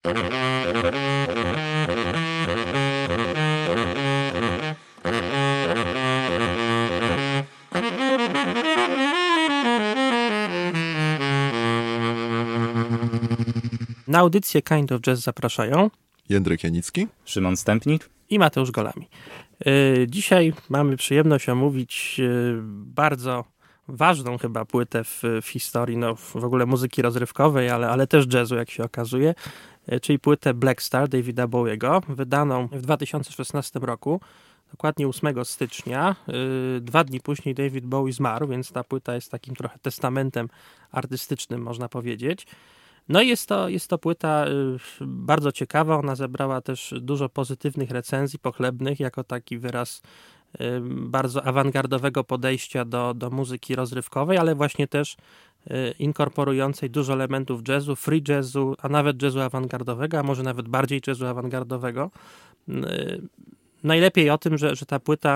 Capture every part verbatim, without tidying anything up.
Na audycję Kind of Jazz zapraszają Jędrek Janicki, Szymon Stępnik i Mateusz Golami. Dzisiaj mamy przyjemność omówić bardzo ważną chyba płytę w, w historii, no w ogóle muzyki rozrywkowej, ale, ale też jazzu, jak się okazuje, czyli płytę Black Star Davida Bowiego, wydaną w dwa tysiące szesnastym roku, dokładnie ósmego stycznia. Dwa dni później David Bowie zmarł, więc ta płyta jest takim trochę testamentem artystycznym, można powiedzieć. No i jest to, jest to płyta bardzo ciekawa, ona zebrała też dużo pozytywnych recenzji pochlebnych, jako taki wyraz bardzo awangardowego podejścia do, do muzyki rozrywkowej, ale właśnie też inkorporującej dużo elementów jazzu, free jazzu, a nawet jazzu awangardowego, a może nawet bardziej jazzu awangardowego. Najlepiej o tym, że, że ta płyta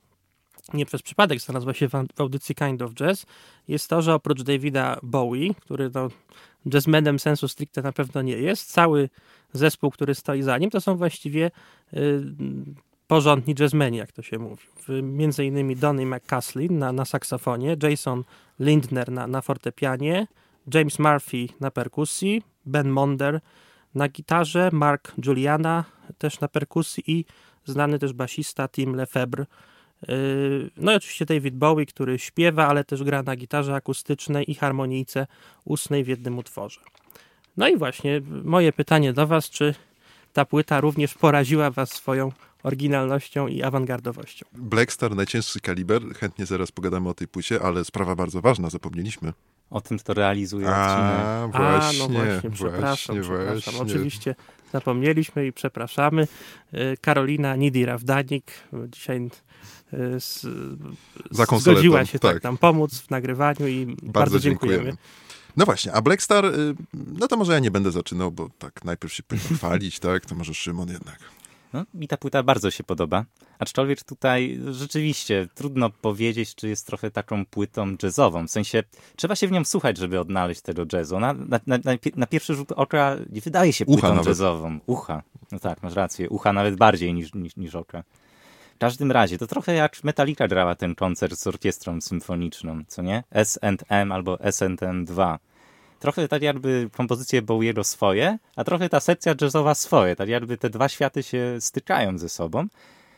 nie przez przypadek znalazła się w audycji Kind of Jazz, jest to, że oprócz Davida Bowie, który no, jazzmenem sensu stricte na pewno nie jest, cały zespół, który stoi za nim, to są właściwie y, porządni jazzmeni, jak to się mówi. Między innymi Donny McCaslin na, na saksofonie, Jason Lindner na, na fortepianie, James Murphy na perkusji, Ben Monder na gitarze, Mark Juliana też na perkusji i znany też basista Tim Lefebvre. No i oczywiście David Bowie, który śpiewa, ale też gra na gitarze akustycznej i harmonijce ustnej w jednym utworze. No i właśnie moje pytanie do was, czy ta płyta również poraziła was swoją oryginalnością i awangardowością? Black Star, najcięższy kaliber. Chętnie zaraz pogadamy o tej płycie, ale sprawa bardzo ważna, zapomnieliśmy. O tym, kto realizuje A, odcinek. właśnie, A, no właśnie, przepraszam, właśnie, przepraszam. właśnie. Oczywiście zapomnieliśmy i przepraszamy. Karolina Nidir-Awdanik dzisiaj z, zgodziła się tak. tak nam pomóc w nagrywaniu i bardzo, bardzo dziękujemy. dziękujemy. No właśnie, a Black Star, no to może ja nie będę zaczynał, bo tak najpierw się pochwalić, tak, to może Szymon jednak. No, mi ta płyta bardzo się podoba, aczkolwiek tutaj rzeczywiście trudno powiedzieć, czy jest trochę taką płytą jazzową. W sensie trzeba się w nią wsłuchać, żeby odnaleźć tego jazzu. Na, na, na, na pierwszy rzut oka nie wydaje się płytą ucha jazzową. Nawet. Ucha, no tak, masz rację, ucha nawet bardziej niż, niż, niż oka. W każdym razie, to trochę jak Metallica grała ten koncert z orkiestrą symfoniczną, co nie? S and M albo S and M dwa. Trochę tak jakby kompozycje Bowiego swoje, a trochę ta sekcja jazzowa swoje. Tak jakby te dwa światy się stykają ze sobą.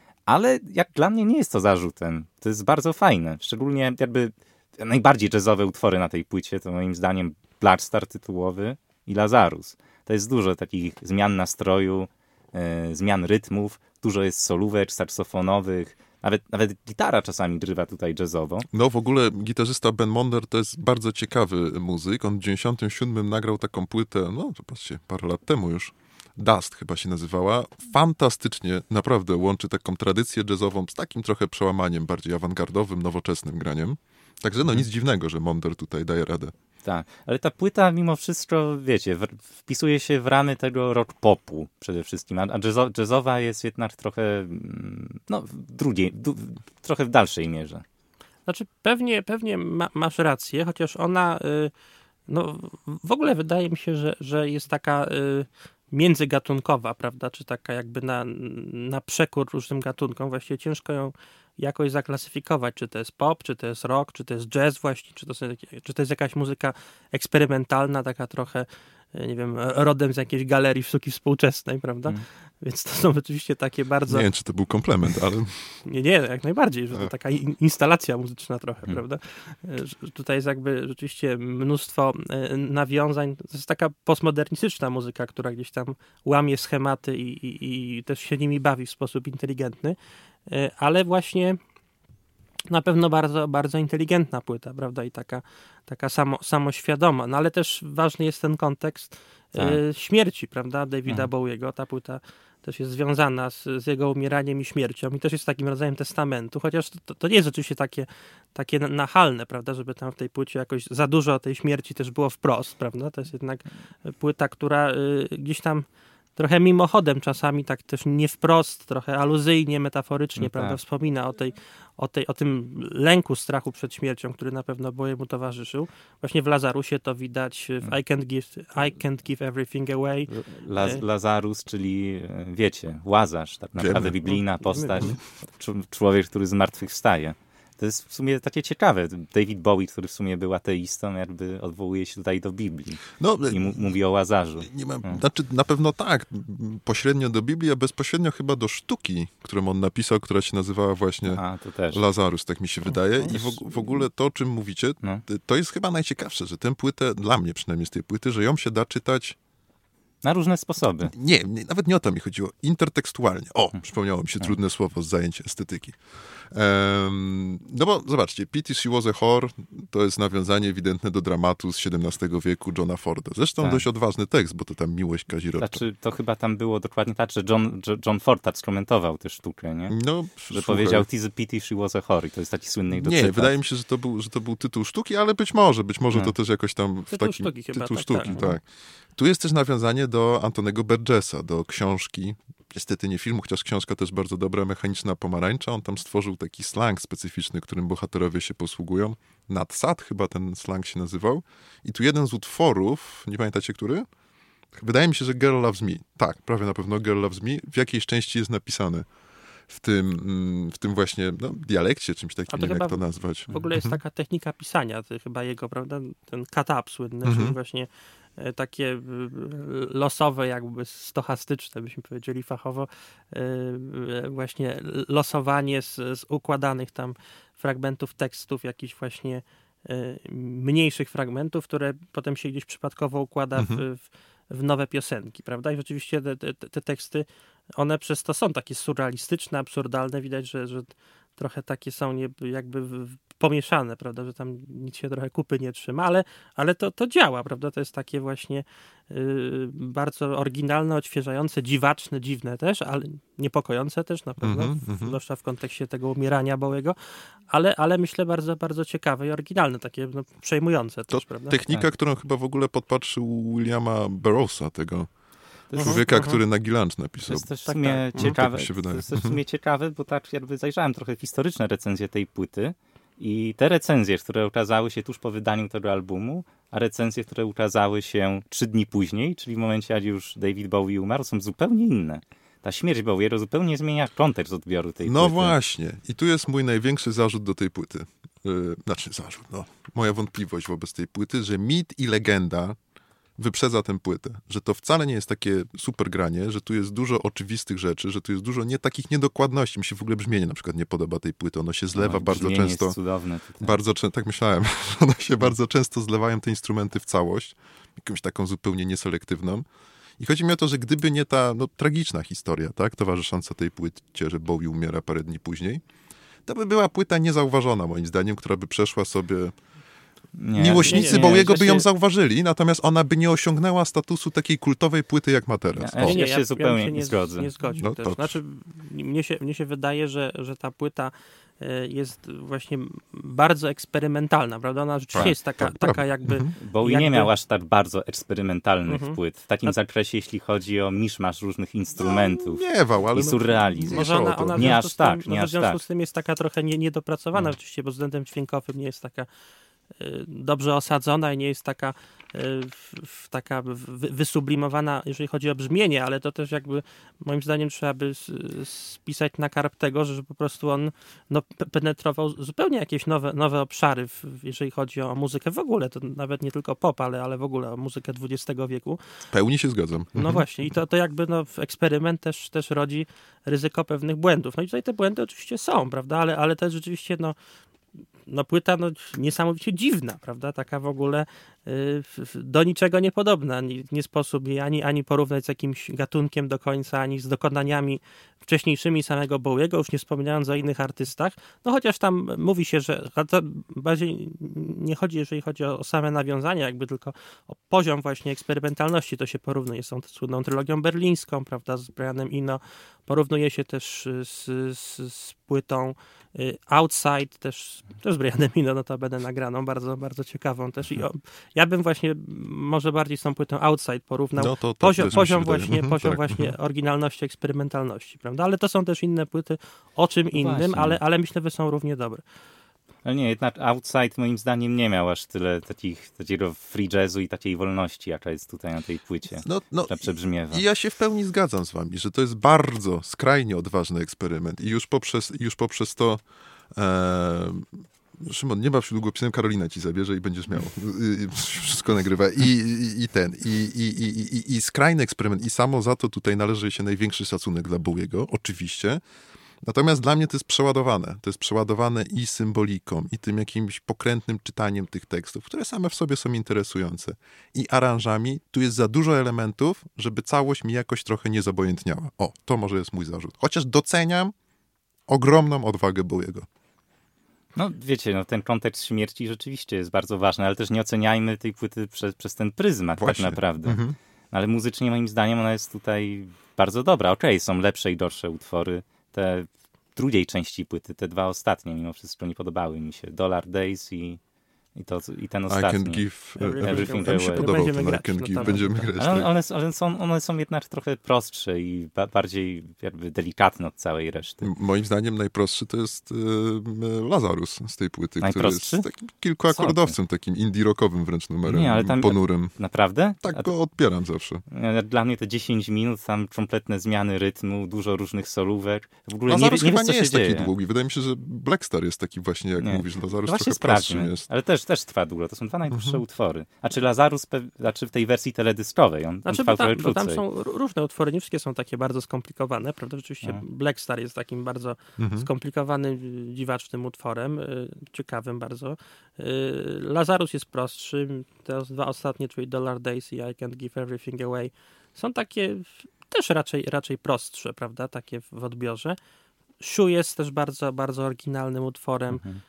Ale jak dla mnie nie jest to zarzutem. To jest bardzo fajne. Szczególnie jakby najbardziej jazzowe utwory na tej płycie to moim zdaniem Black Star tytułowy i Lazarus. To jest dużo takich zmian nastroju, yy, zmian rytmów. Dużo jest solówek saksofonowych. Nawet, nawet gitara czasami grywa tutaj jazzowo. No w ogóle gitarzysta Ben Monder to jest bardzo ciekawy muzyk. On w dziewięćdziesiątym siódmym nagrał taką płytę, no zobaczcie, parę lat temu już. Dust chyba się nazywała. Fantastycznie, naprawdę łączy taką tradycję jazzową z takim trochę przełamaniem, bardziej awangardowym, nowoczesnym graniem. Także no nic dziwnego, że Monder tutaj daje radę. Tak, ale ta płyta mimo wszystko, wiecie, w, wpisuje się w ramy tego rock popu przede wszystkim, a jazzo, jazzowa jest jednak trochę, no, w drugiej, du, trochę w dalszej mierze. Znaczy pewnie, pewnie ma, masz rację, chociaż ona, y, no w ogóle wydaje mi się, że, że jest taka y, międzygatunkowa, prawda, czy taka jakby na, na przekór różnym gatunkom, właściwie ciężko ją jakoś zaklasyfikować, czy to jest pop, czy to jest rock, czy to jest jazz właśnie, czy to, są, czy to jest jakaś muzyka eksperymentalna, taka trochę, nie wiem, rodem z jakiejś galerii sztuki współczesnej, prawda? Mm. Więc to są oczywiście takie bardzo... Nie wiem, czy to był komplement, ale... Nie, nie, jak najbardziej, że to taka in- instalacja muzyczna trochę, mm. prawda? Że tutaj jest jakby rzeczywiście mnóstwo nawiązań. To jest taka postmodernistyczna muzyka, która gdzieś tam łamie schematy i, i, i też się nimi bawi w sposób inteligentny, ale właśnie na pewno bardzo, bardzo inteligentna płyta, prawda, i taka, taka samo, samoświadoma, no ale też ważny jest ten kontekst tak. e, śmierci, prawda, Davida mhm. Bowiego. Ta płyta też jest związana z, z jego umieraniem i śmiercią i też jest takim rodzajem testamentu, chociaż to, to nie jest oczywiście takie, takie nachalne, prawda, żeby tam w tej płycie jakoś za dużo tej śmierci też było wprost, prawda, to jest jednak płyta, która y, gdzieś tam trochę mimochodem czasami, tak też nie wprost, trochę aluzyjnie, metaforycznie, No prawda, tak. wspomina o tej, o tej, o tym lęku, strachu przed śmiercią, który na pewno Bowiemu towarzyszył. Właśnie w Lazarusie to widać, w I can't give, I can't give everything away. Laz- Lazarus, czyli e, wiecie, Łazarz, tak naprawdę Wiemy. biblijna postać, Wiemy. czu- człowiek, który zmartwychwstaje. To jest w sumie takie ciekawe. David Bowie, który w sumie był ateistą, jakby odwołuje się tutaj do Biblii No, i mu- mówi o Łazarzu. nie mam, Hmm. znaczy na pewno tak, pośrednio do Biblii, a bezpośrednio chyba do sztuki, którą on napisał, która się nazywała właśnie A, to też. Lazarus, tak mi się wydaje. no, I w, w ogóle to, o czym mówicie, No. to jest chyba najciekawsze, że tę płytę, dla mnie przynajmniej z tej płyty, że ją się da czytać, Na różne sposoby. nie, nie nawet nie o to mi chodziło, intertekstualnie. O, Hmm. przypomniało mi się trudne słowo z zajęcia estetyki. Um, no bo zobaczcie, Pity She Was a Whore to jest nawiązanie ewidentne do dramatu z siedemnastego wieku Johna Forda. Zresztą Tak. dość odważny tekst, bo to tam miłość Kazirodka. Znaczy, to chyba tam było dokładnie tak, że John, Jo- John Ford tak skomentował tę sztukę, nie? No, Że słuchaj. powiedział "Tis a pity she was a whore" i to jest taki słynny jego Nie, cytat. wydaje mi się, że to, był, że to był tytuł sztuki, ale być może, być może No. to też jakoś tam w Tytuł takim... sztuki chyba, tytuł tak, sztuki, tak. tak. Tu jest też nawiązanie do Antonego Burgessa, do książki, niestety nie filmu, chociaż książka też bardzo dobra, Mechaniczna pomarańcza. On tam stworzył taki slang specyficzny, którym bohaterowie się posługują. Nadsat chyba ten slang się nazywał. I tu jeden z utworów, nie pamiętacie który? Wydaje mi się, że Girl Loves Me. Tak, prawie na pewno Girl Loves Me. W jakiejś części jest napisane w tym, mm, w tym właśnie no, dialekcie, czymś takim, A to nie wiem jak chyba to nazwać. W ogóle jest taka technika pisania, to chyba jego, prawda, ten cut-up słynny, Mhm. czyli właśnie e, takie e, losowe, jakby stochastyczne, byśmy powiedzieli fachowo, e, e, właśnie losowanie z, z układanych tam fragmentów tekstów, jakichś właśnie e, mniejszych fragmentów, które potem się gdzieś przypadkowo układa w, Mhm. w, w nowe piosenki, prawda? I rzeczywiście te, te, te teksty, one przez to są takie surrealistyczne, absurdalne, widać, że, że trochę takie są nie, jakby w, w, pomieszane, prawda, że tam nic się trochę kupy nie trzyma, ale, ale to, to działa, prawda, to jest takie właśnie y, bardzo oryginalne, odświeżające, dziwaczne, dziwne też, ale niepokojące też na pewno, Mhm, w, mhm. zwłaszcza w kontekście tego umierania Bowiego, ale, ale myślę bardzo, bardzo ciekawe i oryginalne, takie no, przejmujące To też, prawda? technika, Tak. którą chyba w ogóle podpatrzył Williama Burroughsa, tego To jest, człowieka, mhm. który na Gilange to napisał. jest też w Tak, sumie tak. Mhm, ciekawe, tak mi się to wydaje. jest też w sumie ciekawe, bo tak jakby zajrzałem trochę w historyczne recenzje tej płyty i te recenzje, które ukazały się tuż po wydaniu tego albumu, a recenzje, które ukazały się trzy dni później, czyli w momencie, jak już David Bowie umarł, są zupełnie inne. Ta śmierć Bowiego zupełnie zmienia kontekst odbioru tej No płyty. właśnie. I tu jest mój największy zarzut do tej płyty. Yy, znaczy zarzut, no. Moja wątpliwość wobec tej płyty, że mit i legenda wyprzedza tę płytę. Że to wcale nie jest takie super granie, że tu jest dużo oczywistych rzeczy, że tu jest dużo nie takich niedokładności. Mi się w ogóle brzmienie na przykład nie podoba tej płyty. Ono się zlewa No, bardzo brzmienie często. jest cudowne tutaj. Bardzo często, tak myślałem, że one się bardzo często zlewają te instrumenty w całość, jakąś taką zupełnie nieselektywną. I chodzi mi o to, że gdyby nie ta no, tragiczna historia, tak, towarzysząca tej płycie, że Bowie umiera parę dni później, to by była płyta niezauważona, moim zdaniem, która by przeszła sobie... Nie, Miłośnicy nie, nie, Bowiego by ją właśnie- zauważyli, natomiast ona by nie osiągnęła statusu takiej kultowej płyty, jak ma teraz. Ja- O. ja Nie, się zupełnie bym się nie zgodzę. Nie zgodził No też. to- Znaczy, mnie się, mnie się wydaje, że, że ta płyta e, jest właśnie bardzo eksperymentalna, prawda? Ona rzeczywiście Tak, jest taka, tak, taka prawda. jakby... Mhm. Bowie jakby- nie miał aż tak bardzo eksperymentalnych Mhm. płyt. W takim A- zakresie, jeśli chodzi o miszmasz różnych instrumentów. Nie wał, ale... I surrealizm. no, Może mniejsza o ona, to. ona w Nie związku aż z tym, tak, nie może w aż związku tak. z tym jest taka trochę nie, niedopracowana No. oczywiście, pod względem dźwiękowym nie jest taka y, dobrze osadzona i nie jest taka, y, w, w, taka wy, wysublimowana, jeżeli chodzi o brzmienie, ale to też jakby moim zdaniem trzeba by s, spisać na karb tego, że, że po prostu on no, pe- penetrował zupełnie jakieś nowe, nowe obszary, w, jeżeli chodzi o muzykę w ogóle, to nawet nie tylko pop, ale, ale w ogóle o muzykę dwudziestego wieku. W pełni się zgadzam. No Mhm. właśnie, i to, to jakby no, eksperyment też, też rodzi ryzyko pewnych błędów. No i tutaj te błędy oczywiście są, prawda, ale, ale to jest rzeczywiście no, no płyta no, niesamowicie dziwna, prawda, taka w ogóle y, w- w- do niczego niepodobna. Nie, nie sposób jej ani, ani porównać z jakimś gatunkiem do końca, ani z dokonaniami wcześniejszymi samego Bowiego, już nie wspominając o innych artystach, no chociaż tam mówi się, że to bardziej nie chodzi, jeżeli chodzi o same nawiązania, jakby tylko o poziom właśnie eksperymentalności, to się porównuje z tą słynną trylogią berlińską, prawda, z Brianem Eno, porównuje się też z, z, z płytą Outside, też, też z Brianem Eno, no to będę nagraną, bardzo, bardzo ciekawą też. I o, ja bym właśnie może bardziej z tą płytą Outside porównał no to, to poziom, poziom właśnie, mhm, poziom tak. właśnie oryginalności, eksperymentalności, prawda? Ale to są też inne płyty o czym innym, ale, ale myślę, że są równie dobre. Ale nie, jednak Outside moim zdaniem nie miał aż tyle takich, takiego free jazzu i takiej wolności, jaka jest tutaj na tej płycie, no, no, która przebrzmiewa. I ja się w pełni zgadzam z wami, że to jest bardzo, skrajnie odważny eksperyment i już poprzez, już poprzez to e, Szymon, nie baw się długopisem, Karolina ci zabierze i będziesz miał. Wszystko nagrywa. I, i, i ten. I, i, i, i, I skrajny eksperyment. I samo za to tutaj należy się największy szacunek dla Bowiego, oczywiście. Natomiast dla mnie to jest przeładowane. To jest przeładowane i symboliką, i tym jakimś pokrętnym czytaniem tych tekstów, które same w sobie są interesujące. I aranżami. Tu jest za dużo elementów, żeby całość mi jakoś trochę nie zobojętniała. O, to może jest mój zarzut. Chociaż doceniam ogromną odwagę Bowiego. No wiecie, no, ten kontekst śmierci rzeczywiście jest bardzo ważny, ale też nie oceniajmy tej płyty przez, przez ten pryzmat Właśnie. tak naprawdę. Mhm. Ale muzycznie moim zdaniem ona jest tutaj bardzo dobra. Okej, okay, są lepsze i gorsze utwory. Te drugiej części płyty, te dwa ostatnie mimo wszystko nie podobały mi się. Dollar Days i, i, to, i ten I ostatni. can give Everything, everything Away. mi się podobał Będziemy ten I grać, can no give. tam- Będziemy grać. Ale, tak. one, one, są, one są jednak trochę prostsze i ba- bardziej jakby delikatne od całej reszty. M- Moim zdaniem najprostszy to jest e, Lazarus z tej płyty, który Najprostszy? jest takim kilkuakordowcem, takim indie rockowym wręcz numerem, Nie, ale tam- ponurym. Naprawdę? Tak A go odbieram zawsze. E, Dla mnie te dziesięć minut, tam kompletne zmiany rytmu, dużo różnych solówek. W ogóle nie, Lazarus wie- nie chyba wiesz, co nie się jest dzieje. taki długi. Wydaje mi się, że Blackstar jest taki właśnie, jak Nie. mówisz, Lazarus No właśnie trochę prostszy sprawdźmy, jest. ale też, też trwa długo. To są dwa najdłuższe Mhm. utwory. A czy Lazarus, pe- znaczy w tej wersji teledyskowej, on, on Znaczy, trwał bo tam, trochę bo tam krócej. są r- różne utwory, nie wszystkie są takie bardzo skomplikowane, prawda? Rzeczywiście No. Black Star jest takim bardzo Mhm. skomplikowanym, y, dziwacznym utworem, y, ciekawym bardzo. Y, Lazarus jest prostszy, te dwa ostatnie, czyli Dollar Days i I Can't Give Everything Away, są takie też raczej, raczej prostsze, prawda? Takie w, w odbiorze. Shoe jest też bardzo, bardzo oryginalnym utworem. Mhm.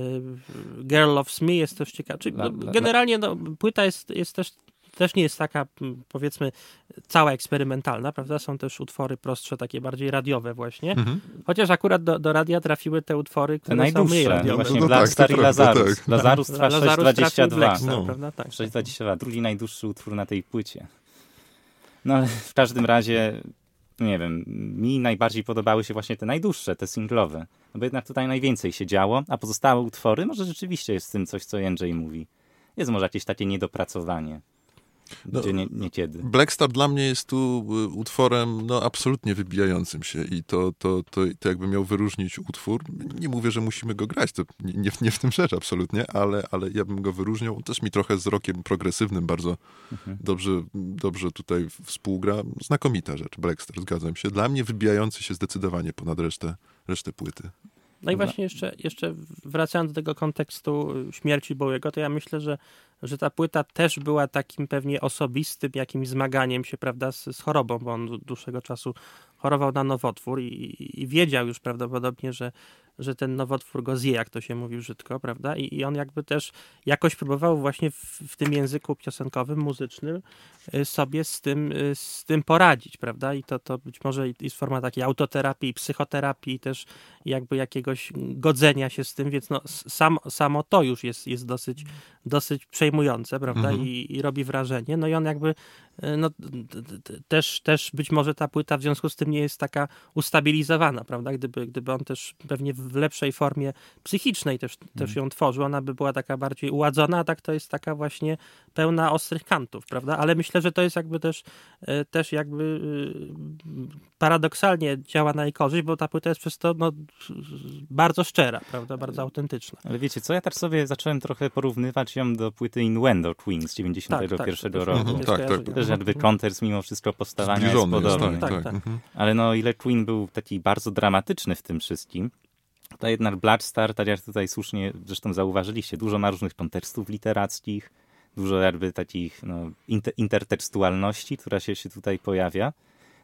Y, Girl Loves Me jest też ciekawa. Czyli, La- no, la- generalnie no, płyta jest, jest też, też nie jest taka, m, powiedzmy, cała eksperymentalna, prawda? Są też utwory prostsze, takie bardziej radiowe właśnie. Mhm. Chociaż akurat do, do radia trafiły te utwory, Te które są mniej najdłuższe, radiowe. właśnie No to Black tak, to Star i prawda, Lazarus. tak. Lazarus trwa Lazarus sześć dwadzieścia trafił dwa. Black Star, No. prawda? Tak. sześć dwadzieścia dwa, drugi najdłuższy utwór na tej płycie. No ale w każdym razie, nie wiem, mi najbardziej podobały się właśnie te najdłuższe, te singlowe. No bo jednak tutaj najwięcej się działo, a pozostałe utwory, może rzeczywiście jest w tym coś, co Jędrzej mówi. Jest może jakieś takie niedopracowanie. No, Gdzie nie, niekiedy. Blackstar dla mnie jest tu y, utworem no, absolutnie wybijającym się i to, to, to, to jakby miał wyróżnić utwór. Nie mówię, że musimy go grać, to nie, nie, w- nie w tym rzecz absolutnie, ale, ale ja bym go wyróżniał. On też mi trochę z rockiem progresywnym bardzo Mhm. dobrze, dobrze tutaj współgra. Znakomita rzecz, Blackstar, zgadzam się. Dla mnie wybijający się zdecydowanie ponad resztę, resztę płyty. No i Dobra. właśnie jeszcze, jeszcze wracając do tego kontekstu śmierci Bowiego, to ja myślę, że, że ta płyta też była takim pewnie osobistym jakimś zmaganiem się, prawda, z, z chorobą, bo on od dłuższego czasu chorował na nowotwór i, i, i wiedział już prawdopodobnie, że, że ten nowotwór go zje, jak to się mówi brzydko, prawda, i, i on jakby też jakoś próbował właśnie w, w tym języku piosenkowym, muzycznym y, sobie z tym, y, z tym poradzić, prawda, i to, to być może jest forma takiej autoterapii, psychoterapii, też jakby jakiegoś godzenia się z tym, więc no, sam, samo to już jest, jest dosyć, dosyć przejmujące, prawda, Mhm. I, i robi wrażenie, no i on jakby y, no, d- d- d- też, też być może ta płyta w związku z tym nie jest taka ustabilizowana, prawda, gdyby, gdyby on też pewnie w lepszej formie psychicznej też, też ją tworzył, ona by była taka bardziej uładzona, a tak to jest taka właśnie pełna ostrych kantów, prawda, ale myślę, że to jest jakby też, y, też jakby y, paradoksalnie działa na jej korzyść, bo ta płyta jest przez to no, bardzo szczera, prawda, bardzo autentyczna. Ale wiecie co, ja też sobie zacząłem trochę porównywać ją do płyty Innuendo Queen z dziewięćdziesiątego pierwszego Tak, tak, roku. Mhm, tak, tak. skojarzenie. Też jakby konters mimo wszystko postawania jest Zbliżony jest, podobny. tak, Tak, tak. tak. Mhm. Ale no o ile Queen był taki bardzo dramatyczny w tym wszystkim, to jednak Black Star, tak jak tutaj słusznie zresztą zauważyliście, dużo ma różnych kontekstów literackich, dużo jakby takich no, inter- intertekstualności, która się, się tutaj pojawia.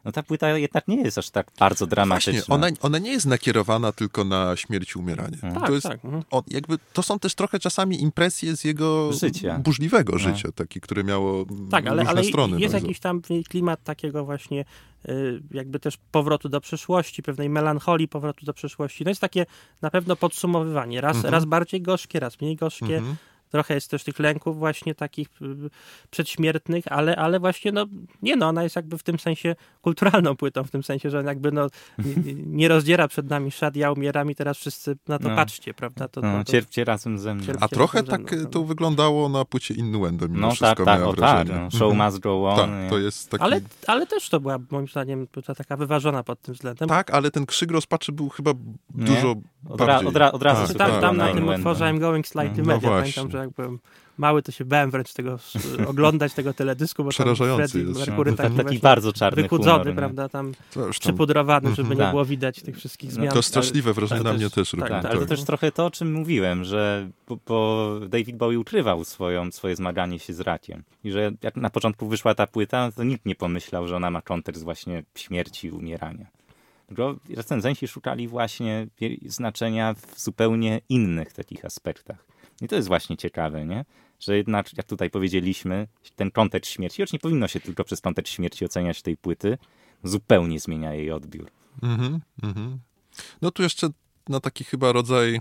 No ta płyta jednak nie jest aż tak bardzo dramatyczna. Właśnie, ona, ona nie jest nakierowana tylko na śmierć i umieranie. Tak, to, jest, tak. Mhm. on, jakby, to są też trochę czasami impresje z jego Życia. burzliwego No. życia, takie, które miało Tak, ale, różne ale strony. jest bardzo. jakiś tam w niej klimat takiego właśnie y, jakby też powrotu do przeszłości, pewnej melancholii powrotu do przeszłości. No jest takie na pewno podsumowywanie. Raz, Mhm. raz bardziej gorzkie, raz mniej gorzkie. Mhm. Trochę jest też tych lęków właśnie takich y, przedśmiertnych, ale, ale właśnie no, nie no, ona jest jakby w tym sensie kulturalną płytą, w tym sensie, że jakby no nie, nie rozdziera przed nami szat, ja umieram i teraz wszyscy na to No. patrzcie, prawda? To, No, to, to, cierpcie razem ze mną. Cierp- A trochę Razem ze tak mną, to prawda? wyglądało na płycie Innuendo, mimo No tak, wszystko tak, miałem o tak. wrażenie. No. Show Mhm. must go on. Tak, nie? to jest taki... ale, ale też to była moim zdaniem płyta taka wyważona pod tym względem. Tak, ale ten krzyk rozpaczy był chyba Nie? dużo Od, ra, bardziej... od, ra, od razu Tak, Czy się tam, tak, tam na tak. tym Innuendo. utworze I'm Going Slightly No Mad, ja właśnie. pamiętam, że jak byłem mały, to się bałem wręcz tego s- oglądać tego teledysku, bo tam Przerażający Freddie jest. Mercury No, taki, taki właśnie bardzo czarny wychudzony, humor. nie? prawda, tam To, już tam, przypudrowany, żeby nie Tak. było widać tych wszystkich No, zmian. to straszliwe wrażenie ale na też- mnie też tak, robiło. Tak, tak. ale to też trochę to, o czym mówiłem, że bo, bo David Bowie ukrywał swoją, swoje zmaganie się z rakiem. I że jak na początku wyszła ta płyta, to nikt nie pomyślał, że ona ma kontekst właśnie śmierci i umierania. Tylko recenzenci szukali właśnie znaczenia w zupełnie innych takich aspektach. I to jest właśnie ciekawe, nie? Że jednak, jak tutaj powiedzieliśmy, ten kontekst śmierci, choć nie powinno się tylko przez kontekst śmierci oceniać tej płyty, zupełnie zmienia jej odbiór. Mhm, mhm. No tu jeszcze na taki chyba rodzaj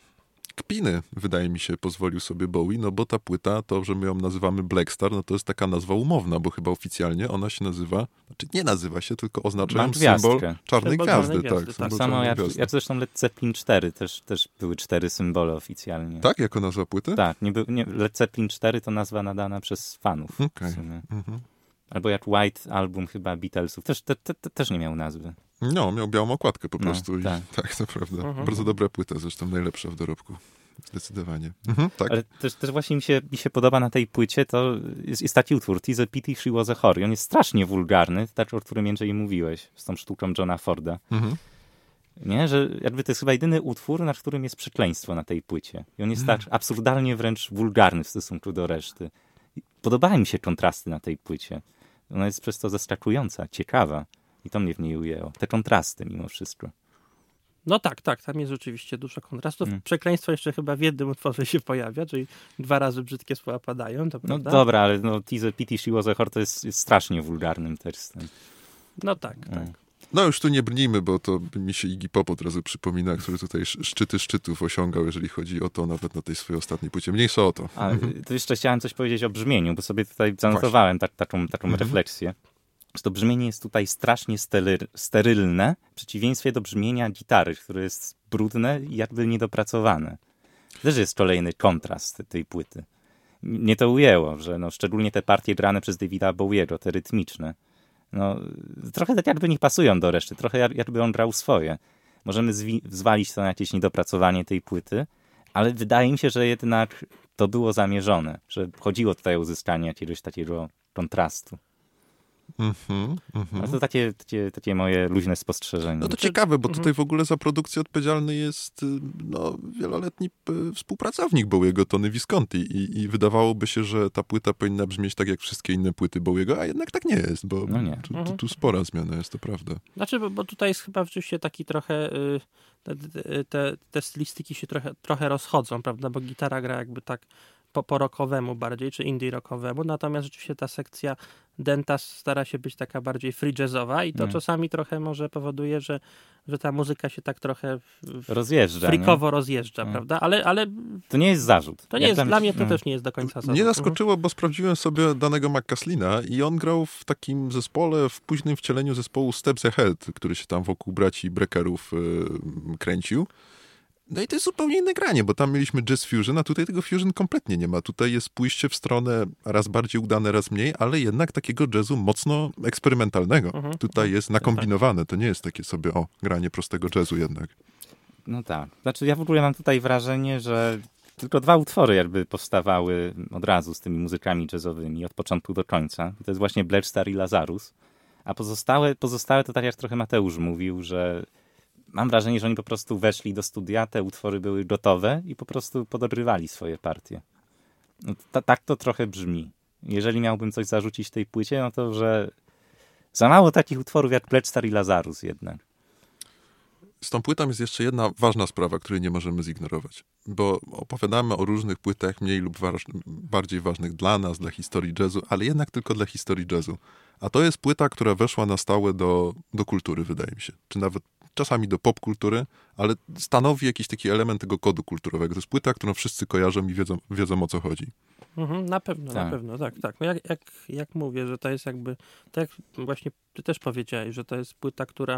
kpiny, wydaje mi się, pozwolił sobie Bowie, no bo ta płyta, to, że my ją nazywamy Black Star, no to jest taka nazwa umowna, bo chyba oficjalnie ona się nazywa, znaczy nie nazywa się, tylko oznacza Ma ją gwiazdkę. symbol czarnej Symbol gwiazdy. czarnej gwiazdy, tak, tak. symbol Samo czarnej jak, gwiazdy. jak zresztą Led Zeppelin cztery też, też były cztery symbole oficjalnie. Tak, jako nazwa płyty? Tak, nie, by, nie, Led Zeppelin cztery to nazwa nadana przez fanów. Okej. w sumie. Mhm. Albo jak White Album chyba Beatlesów, też, te, te, te, też nie miał nazwy. No, miał białą okładkę po No, prostu. I, tak. tak, to prawda. Mhm. Bardzo dobra płyta, zresztą najlepsza w dorobku. Zdecydowanie. Mhm, tak. Ale też, też właśnie mi się, mi się podoba na tej płycie, to jest, jest taki utwór, Tis a Pity She Was a Whore. I on jest strasznie wulgarny, taki, o którym Jędrzej mówiłeś, z tą sztuką Johna Forda. Mhm. Nie, że jakby to jest chyba jedyny utwór, na którym jest przekleństwo na tej płycie. I on jest tak absurdalnie wręcz wulgarny w stosunku do reszty. I podobają mi się kontrasty na tej płycie. Ona jest przez to zaskakująca, ciekawa. I to mnie w niej ujęło. Te kontrasty mimo wszystko. No tak, tak, tam jest rzeczywiście dużo kontrastów. Mm. Przekleństwo jeszcze chyba w jednym utworze się pojawia, czyli dwa razy brzydkie słowa padają, to No prawda? dobra, ale no, Tis a Pity She Was a Whore to jest, jest strasznie wulgarnym tekstem. No tak, tak. Mm. No już tu nie brnijmy, bo to mi się Iggy Pop od razu przypomina, który tutaj sz- szczyty szczytów osiągał, jeżeli chodzi o to, nawet na tej swojej ostatniej płycie. Mniejsza o to. A y, to jeszcze chciałem coś powiedzieć o brzmieniu, bo sobie tutaj zanotowałem tak, taką, taką Mhm. refleksję. Że to brzmienie jest tutaj strasznie stery- sterylne, w przeciwieństwie do brzmienia gitary, które jest brudne i jakby niedopracowane. To też jest kolejny kontrast tej płyty. Mnie to ujęło, że no, szczególnie te partie grane przez Davida Bowiego, te rytmiczne, no, trochę tak jakby nie pasują do reszty, trochę jak- jakby on grał swoje. Możemy zwi- zwalić to na jakieś niedopracowanie tej płyty, ale wydaje mi się, że jednak to było zamierzone, że chodziło tutaj o uzyskanie jakiegoś takiego kontrastu. Mhm, mhm. Ale to takie, takie, takie moje luźne spostrzeżenie. No to ciekawe, bo Mhm. tutaj w ogóle za produkcję odpowiedzialny jest y, no, wieloletni y, współpracownik Bowiego, Tony Visconti i, i wydawałoby się, że ta płyta powinna brzmieć tak jak wszystkie inne płyty Bowiego, a jednak tak nie jest, bo No nie. Tu, tu, Mhm. tu spora zmiana jest, to prawda. Znaczy, bo, bo tutaj jest chyba rzeczywiście taki trochę, y, te, te, te stylistyki się trochę, trochę rozchodzą, prawda, bo gitara gra jakby tak po, po rockowemu bardziej, czy indie rockowemu, natomiast rzeczywiście ta sekcja denta stara się być taka bardziej free jazzowa i to Mm. czasami trochę może powoduje, że, że ta muzyka się tak trochę w, w Rozjeżdża. nie? frikowo rozjeżdża, Mm. prawda, ale, ale To nie jest zarzut. to nie Jak jest, tam- dla mnie to no. też nie jest do końca zarzut. Mnie zaskoczyło, bo sprawdziłem sobie danego McCaslina i on grał w takim zespole, w późnym wcieleniu zespołu Steps Ahead, który się tam wokół braci Breckerów y, kręcił. No i to jest zupełnie inne granie, bo tam mieliśmy jazz fusion, a tutaj tego fusion kompletnie nie ma. Tutaj jest pójście w stronę raz bardziej udane, raz mniej, ale jednak takiego jazzu mocno eksperymentalnego. Mhm. Tutaj jest nakombinowane, to nie jest takie sobie, o, granie prostego jazzu jednak. No tak. Znaczy ja w ogóle mam tutaj wrażenie, że tylko dwa utwory jakby powstawały od razu z tymi muzykami jazzowymi od początku do końca. I to jest właśnie Black Star i Lazarus. A pozostałe, pozostałe to tak jak trochę Mateusz mówił, że mam wrażenie, że oni po prostu weszli do studia, te utwory były gotowe i po prostu podogrywali swoje partie. No, ta, tak to trochę brzmi. Jeżeli miałbym coś zarzucić tej płycie, no to, że Za mało takich utworów jak Black Star i Lazarus jednak. Z tą płytą jest jeszcze jedna ważna sprawa, której nie możemy zignorować. Bo opowiadamy o różnych płytach, mniej lub waż, bardziej ważnych dla nas, dla historii jazzu, ale jednak tylko dla historii jazzu. A to jest płyta, która weszła na stałe do, do kultury, wydaje mi się. Czy nawet czasami do popkultury, ale stanowi jakiś taki element tego kodu kulturowego. To jest płyta, którą wszyscy kojarzą i wiedzą, wiedzą o co chodzi. Mhm, na pewno, tak. na pewno, tak, tak. No jak, jak, jak mówię, że to jest jakby, tak jak właśnie ty też powiedziałeś, że to jest płyta, która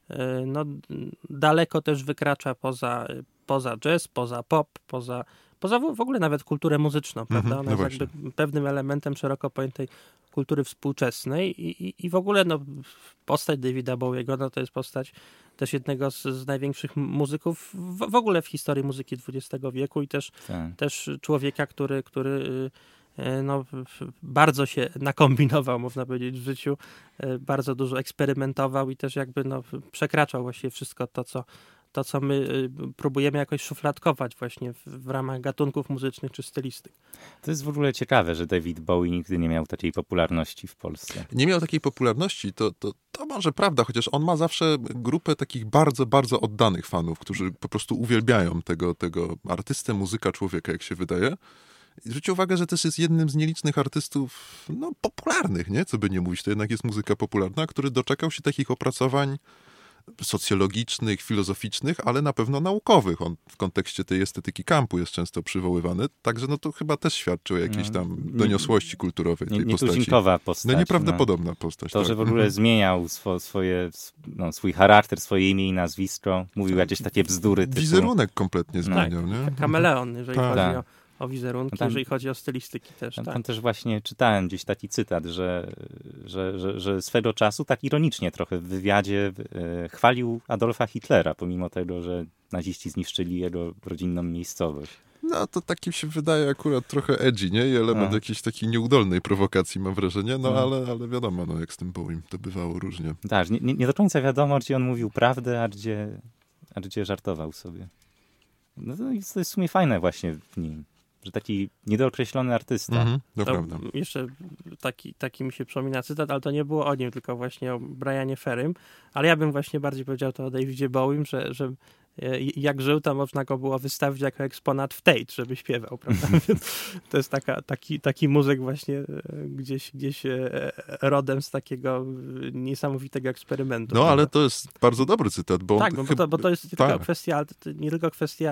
no, daleko też wykracza poza, poza jazz, poza pop, poza, poza w ogóle nawet kulturę muzyczną, prawda? Mhm, Ona no jest właśnie. jakby pewnym elementem szeroko pojętej kultury współczesnej i, i, i w ogóle no, postać Davida Bowiego no, to jest postać też jednego z, z największych muzyków w, w ogóle w historii muzyki dwudziestego wieku i też, Tak. też człowieka, który, który no, bardzo się nakombinował, można powiedzieć, w życiu, bardzo dużo eksperymentował i też jakby no, przekraczał właściwie wszystko to, co, to, co my próbujemy jakoś szufladkować właśnie w, w ramach gatunków muzycznych czy stylistyk. To jest w ogóle ciekawe, że David Bowie nigdy nie miał takiej popularności w Polsce. Nie miał takiej popularności, to, to, to może prawda, chociaż on ma zawsze grupę takich bardzo, bardzo oddanych fanów, którzy po prostu uwielbiają tego, tego artystę, muzyka, człowieka, jak się wydaje. Zwróćcie uwagę, że też jest jednym z nielicznych artystów no, popularnych, nie? Co by nie mówić, to jednak jest muzyka popularna, który doczekał się takich opracowań socjologicznych, filozoficznych, ale na pewno naukowych. On w kontekście tej estetyki kampu jest często przywoływany, także no to chyba też świadczy o jakiejś tam doniosłości kulturowej tej nie, postaci. Nietuzinkowa postać. No nieprawdopodobna no. postać. To, tak. że w ogóle zmieniał swo, swoje, no, swój charakter, swoje imię i nazwisko, mówił jakieś takie bzdury typu... Wizerunek kompletnie zmieniał, tak, nie? Kameleon, jeżeli tak. chodzi tak. o o wizerunki, no tam, jeżeli chodzi o stylistyki też. Tam, tak. tam też właśnie czytałem gdzieś taki cytat, że, że, że, że swego czasu tak ironicznie trochę w wywiadzie e, chwalił Adolfa Hitlera, pomimo tego, że naziści zniszczyli jego rodzinną miejscowość. No to takim się wydaje akurat trochę edgy, nie? I element no. jakiejś takiej nieudolnej prowokacji, mam wrażenie, no, no. ale, ale wiadomo, no, jak z tym Bowiem to bywało różnie. Tak, nie, nie do końca wiadomo, gdzie on mówił prawdę, a gdzie, a gdzie żartował sobie. No to jest, to jest w sumie fajne właśnie w nim. Że taki niedookreślony artysta. Mhm, to to prawda. Jeszcze taki, taki mi się przypomina cytat, ale to nie było o nim, tylko właśnie o Brianie Ferrym. Ale ja bym właśnie bardziej powiedział to o Davidzie Bowiem, że, że jak żył, to można go było wystawić jako eksponat w Tate, żeby śpiewał, prawda? To jest taka, taki, taki muzyk właśnie gdzieś, gdzieś rodem z takiego niesamowitego eksperymentu. No, prawda? ale to jest bardzo dobry cytat, bo... Tak, bo, chyba... to, bo to jest nie tak. tylko kwestia, nie tylko kwestia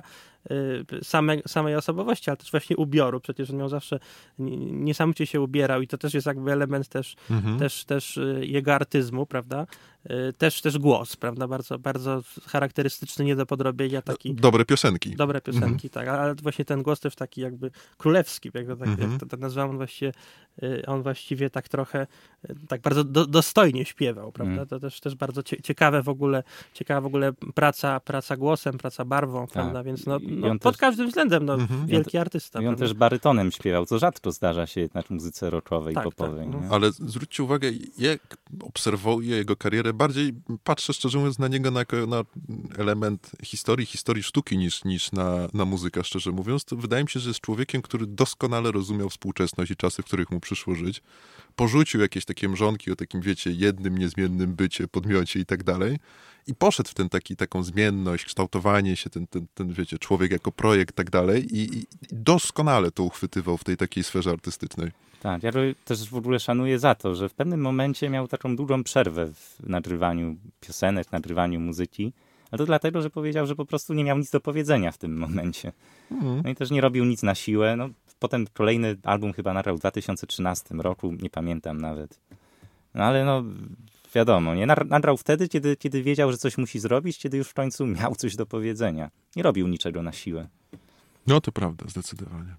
y, same, samej osobowości, ale też właśnie ubioru. Przecież on miał zawsze, niesamowicie się ubierał i to też jest jakby element też, Mhm. też, też jego artyzmu, prawda? Y, też, też głos, prawda? Bardzo, bardzo charakterystyczny, nie do podrobienia, taki... Dobre piosenki. Dobre piosenki, mhm. tak, ale właśnie ten głos też taki jakby królewski, jak to, tak, mhm. jak to, to nazywam, on właściwie, on właściwie tak trochę, tak bardzo do, dostojnie śpiewał, prawda? Mhm. To też, też bardzo cie, ciekawe w ogóle, ciekawa w ogóle praca, praca głosem, praca barwą, tak. prawda? Więc no, no pod też, każdym względem no, mhm. wielki artysta. I on prawda? też barytonem śpiewał, co rzadko zdarza się jednak w muzyce rockowej tak, i popowej. Tak, no. Ale zwróćcie uwagę, jak obserwuję jego karierę, bardziej patrzę szczerze mówiąc na niego na, na element historii, historii sztuki niż, niż na, na muzykę, szczerze mówiąc. To wydaje mi się, że jest człowiekiem, który doskonale rozumiał współczesność i czasy, w których mu przyszło żyć. Porzucił jakieś takie mrzonki o takim, wiecie, jednym, niezmiennym bycie, podmiocie i tak dalej. I poszedł w ten taki, taką zmienność, kształtowanie się, ten, ten, ten wiecie, człowiek jako projekt i tak dalej. I, i doskonale to uchwytywał w tej takiej sferze artystycznej. Tak, ja też w ogóle szanuję za to, że w pewnym momencie miał taką długą przerwę w nagrywaniu piosenek, nagrywaniu muzyki. Ale to dlatego, że powiedział, że po prostu nie miał nic do powiedzenia w tym momencie. Mhm. No i też nie robił nic na siłę. No, potem kolejny album chyba nagrał w dwa tysiące trzynastym roku, nie pamiętam nawet. No ale no wiadomo, nie? Nagrał wtedy, kiedy, kiedy wiedział, że coś musi zrobić, kiedy już w końcu miał coś do powiedzenia. Nie robił niczego na siłę. No to prawda, zdecydowanie.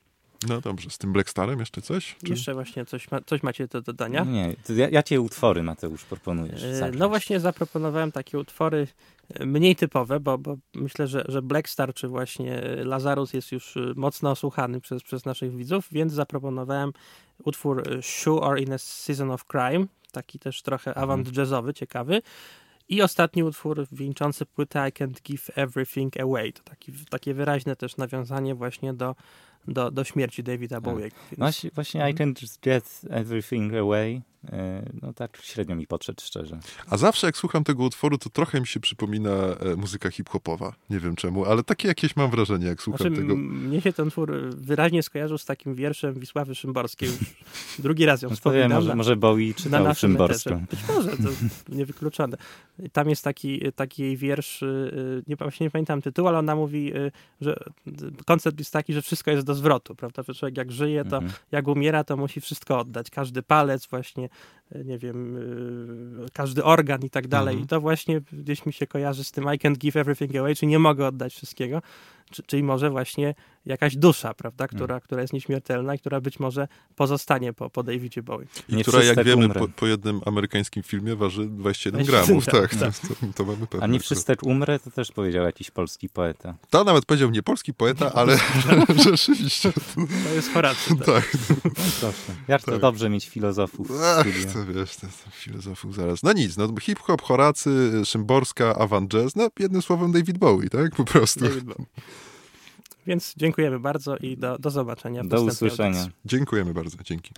No dobrze, z tym Black Starem jeszcze coś? Czy... Jeszcze właśnie coś, ma, coś macie do dodania? Nie, ja, ja cię utwory, Mateusz, proponujesz. Yy, no właśnie zaproponowałem takie utwory mniej typowe, bo, bo myślę, że, że Black Star czy właśnie Lazarus jest już mocno osłuchany przez, przez naszych widzów, więc zaproponowałem utwór Shoe or in a Season of Crime, taki też trochę avant-jazzowy, ciekawy. I ostatni utwór wieńczący płytę I Can't Give Everything Away. To taki, takie wyraźne też nawiązanie właśnie do do, do śmierci Davida Bowiego. Więc... Właśnie, właśnie I Can't Just Get Everything Away, no tak średnio mi podszedł, szczerze. A zawsze jak słucham tego utworu, to trochę mi się przypomina e, muzyka hip-hopowa. Nie wiem czemu, ale takie jakieś mam wrażenie, jak słucham znaczy, tego. Mnie się ten twór wyraźnie skojarzył z takim wierszem Wisławy Szymborskiej. Już drugi raz ją no wspominam. Może, może Bowie czytał Szymborską. Być może, to niewykluczone. Tam jest taki, taki jej wiersz, nie, właśnie nie pamiętam tytułu, ale ona mówi, że koncept jest taki, że wszystko jest do zwrotu, prawda? Że człowiek jak żyje, to mhm. jak umiera, to musi wszystko oddać. Każdy palec właśnie, nie wiem, każdy organ i tak dalej. Mhm. I to właśnie gdzieś mi się kojarzy z tym I can't give everything away, czyli nie mogę oddać wszystkiego. Czyli może właśnie jakaś dusza, prawda, która, hmm. która jest nieśmiertelna i która być może pozostanie po, po Davidzie Bowie. I nie która, jak wiemy, po, po jednym amerykańskim filmie waży dwadzieścia siedem gramów. Tak, tak. To, to mamy pewne. A nie wszystek umrę, to też powiedział jakiś polski poeta. To nawet powiedział nie polski poeta, ale rzeczywiście. To jest Horacy. Tak. tak. No, proszę. Jak to tak. dobrze mieć filozofów w Ach, to wiesz, to, to filozofów zaraz. No nic, no hip-hop, Horacy, Szymborska, avant jazz, no jednym słowem David Bowie, tak? Po prostu. David Bowie. Więc dziękujemy bardzo i do, do zobaczenia. Do usłyszenia. Audycji. Dziękujemy bardzo. Dzięki.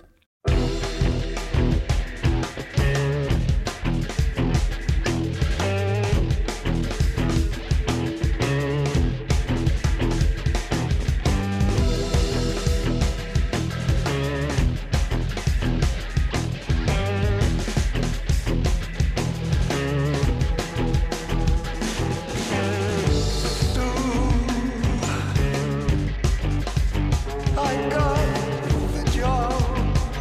I got the job.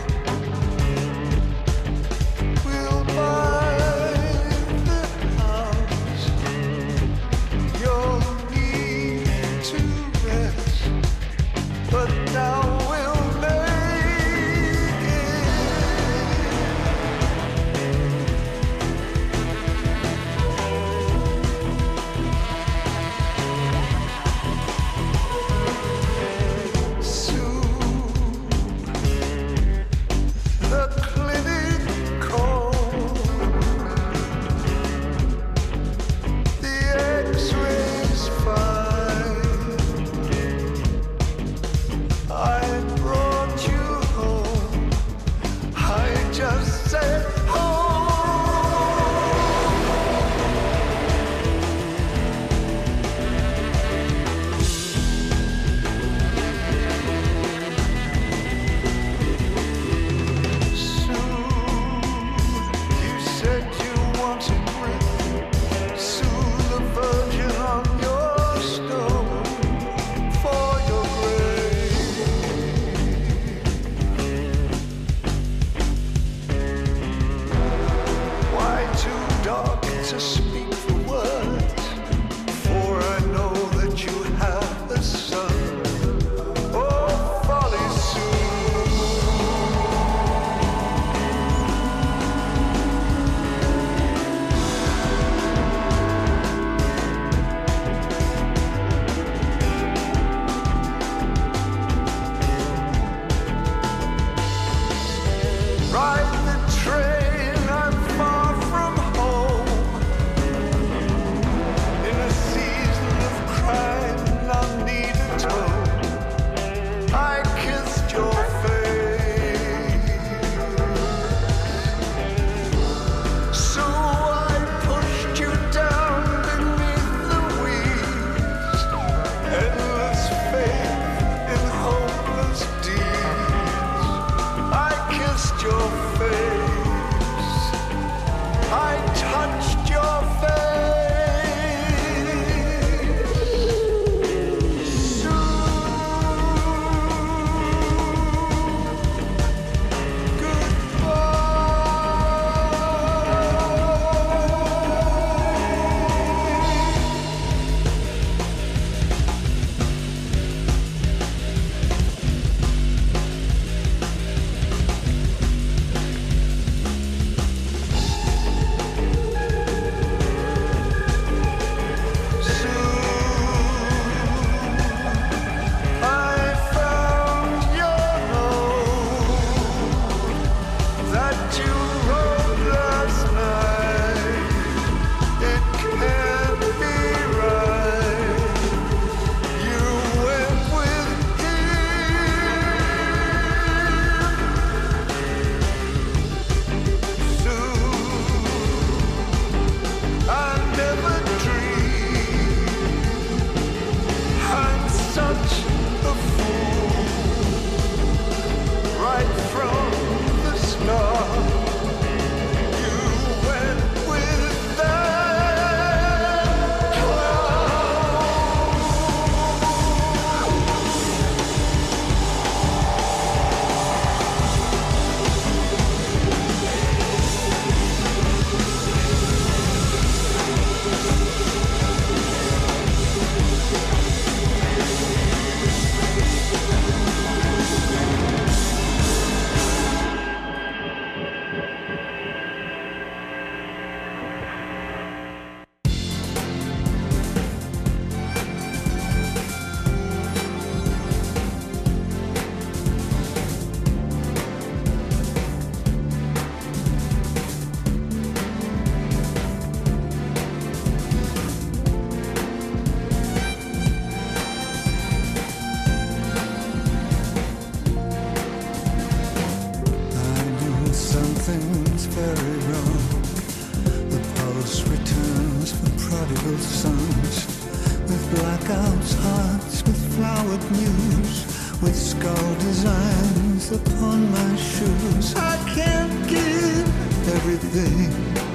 prodigal sons, with blackouts, hearts, with flowered news, with skull designs upon my shoes. I can't give everything.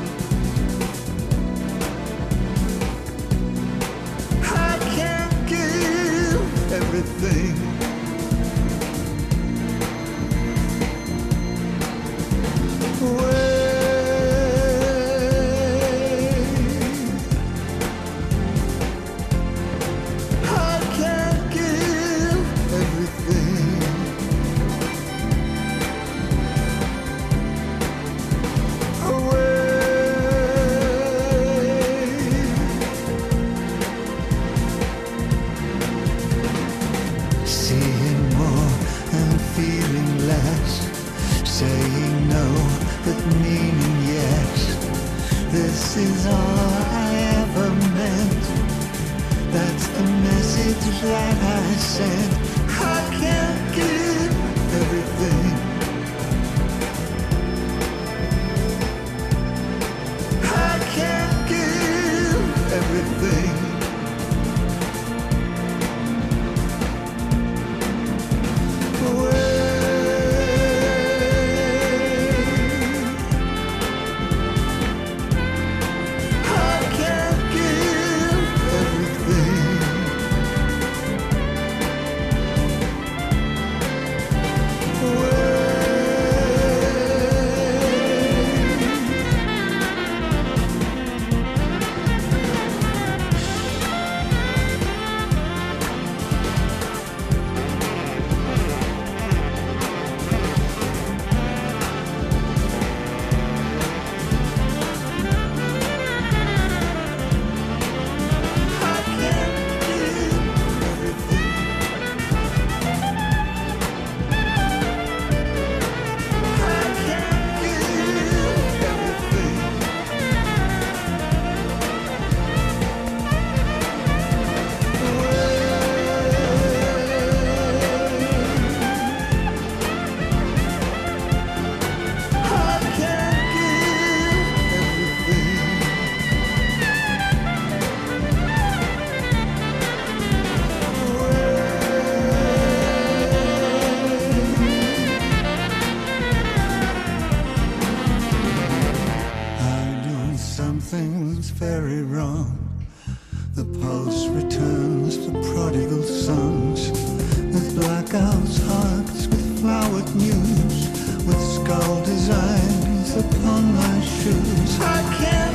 I can't give everything. This is all I ever meant. That's the message that I sent. I can't give everything. I can't give everything. Something's very wrong. The pulse returns to prodigal sons, with blackouts, hearts, with flowered news, with skull designs upon my shoes. I can't